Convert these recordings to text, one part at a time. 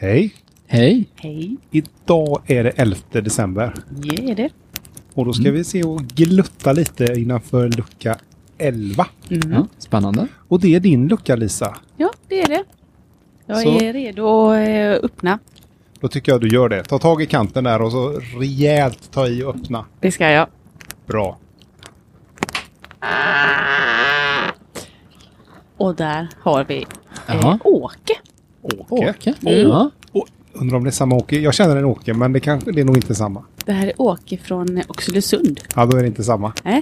Hej. Hej. Hej. Idag är det 11 december. Det är det. Och då ska vi se och glutta lite innanför lucka 11. Ja, spännande. Och det är din lucka, Lisa. Ja, det är det. Jag Så. är redo att öppna. Då tycker jag du gör det. Ta tag i kanten där och så rejält ta i och öppna. Det ska jag. Bra. Och där har vi Jaha. Åke. Åke. Ja. Och, undrar om det är samma Åke. Jag känner en Åke, men det är nog inte samma. Det här är Åke från Oxelösund. Ja, då är det inte samma. Nej.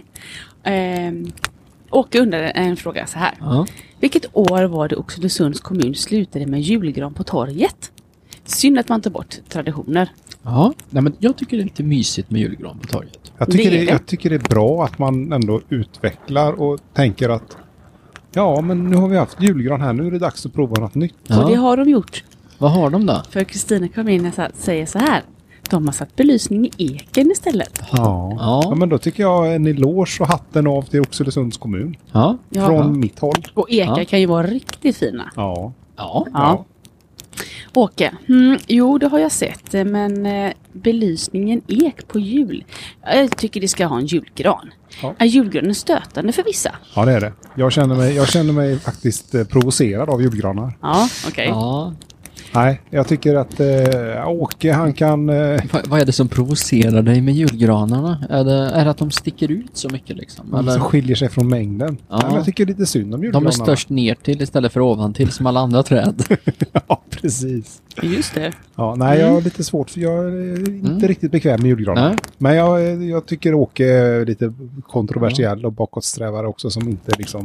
Åke undrar en fråga så här. Ja. Vilket år var det Oxelösunds kommun slutade med julgran på torget? Synd att man tar bort traditioner. Ja. Nej, men jag tycker det är lite mysigt med julgran på torget. Jag tycker Det är det. jag tycker det är bra att man ändå utvecklar och tänker att ja, men nu har vi haft julgran här. Nu är det dags att prova något nytt. Ja. Och det har de gjort. Vad har de då? För Kristina kom in och säger så här. De har satt belysning i eken istället. Ja, men då tycker jag en eloge och hatten av till Oxelösunds kommun. Ja. Ja. Från mitt håll. Och ekar Ja. kan ju vara riktigt fina. Ja. Ja. Ja. Åke, jo det har jag sett, men belysningen ek på jul. Jag tycker det ska ha en julgran. Ja. Är julgranen stötande för vissa? Ja, det är det. Jag känner mig faktiskt provocerad av julgranar. Ja, okej. Ja. Nej, jag tycker att Åke han kan... Vad är det som provocerar dig med julgranarna? Är det att de sticker ut så mycket liksom? Eller? som skiljer sig från mängden. Ja. Nej, men jag tycker lite synd om De julgranarna. är störst ner till istället för ovantill som alla andra träd. Ja, precis. Just det. Ja, nej, jag har lite svårt för jag är inte riktigt bekväm med julgranar. Nej. Men jag tycker Åke är lite kontroversiell och bakåtsträvare också som inte liksom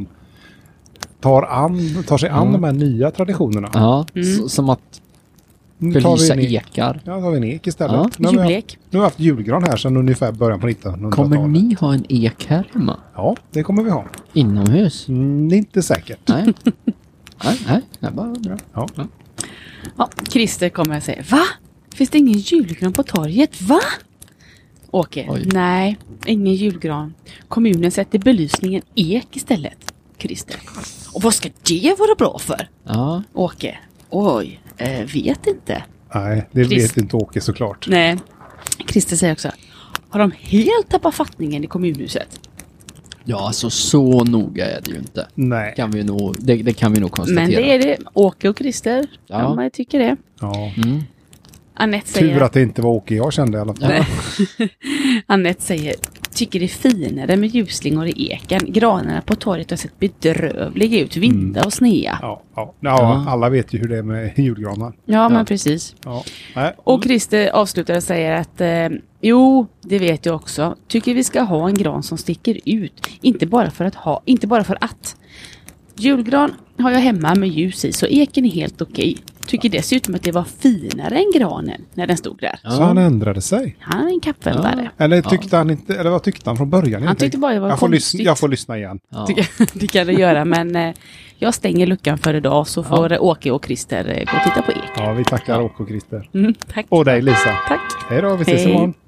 tar sig an de här nya traditionerna. Ja, som att Nu tar belysa vi en ek. ekar. Ja, tar vi en ek istället. Ja. Nu har vi haft- Julek. Nu har vi haft julgran här sedan ungefär början på 1900-talet. Kommer ni ha en ek här hemma? Ja, det kommer vi ha. Inomhus? Det är inte säkert. Nej. Nej, jag bara undrar. Ja. Ja, Christer kommer och säger, va? Finns det ingen julgran på torget? Va? Åke, Oj. nej, ingen julgran. Kommunen sätter belysningen ek istället. Christer. Och vad ska det vara bra för? Ja. Åke, oj, vet inte. Nej, det Chris- vet inte Åke såklart. Nej. Christer säger också, har de helt tappat fattningen i kommunhuset? Ja, alltså så noga är det ju inte. Nej. Kan vi nog, det kan vi nog konstatera. Men det är det. Åke och Christer, Ja. de tycker det. Ja. Mm. Annette Tur säger, att det inte var Åke jag kände i alla fall. Ja. Annette säger, tycker det är finare med ljusslingor i eken. Granarna på torget har sett bedrövliga ut, vinda och snea. Ja, alla vet ju hur det är med julgranar. Ja, men precis. Ja. Nej. Och Christer avslutar och säger att jo, det vet jag också. Tycker vi ska ha en gran som sticker ut. Inte bara för att. Julgran har jag hemma med ljus i, så eken är helt okej. Tycker dessutom att det var finare än granen när den stod där. Så han ändrade sig. Han är en kappvändare. Eller tyckte han inte, eller vad tyckte han från början? Han tyckte bara det var jag får konstigt. jag får lyssna igen. Ja. Det kan det göra, men jag stänger luckan för idag så får Åke och Christer gå och titta på ek. Ja, vi tackar Åke och Christer. Tack. Och dig Lisa. Tack. Hej då, vi ses Hej. imorgon.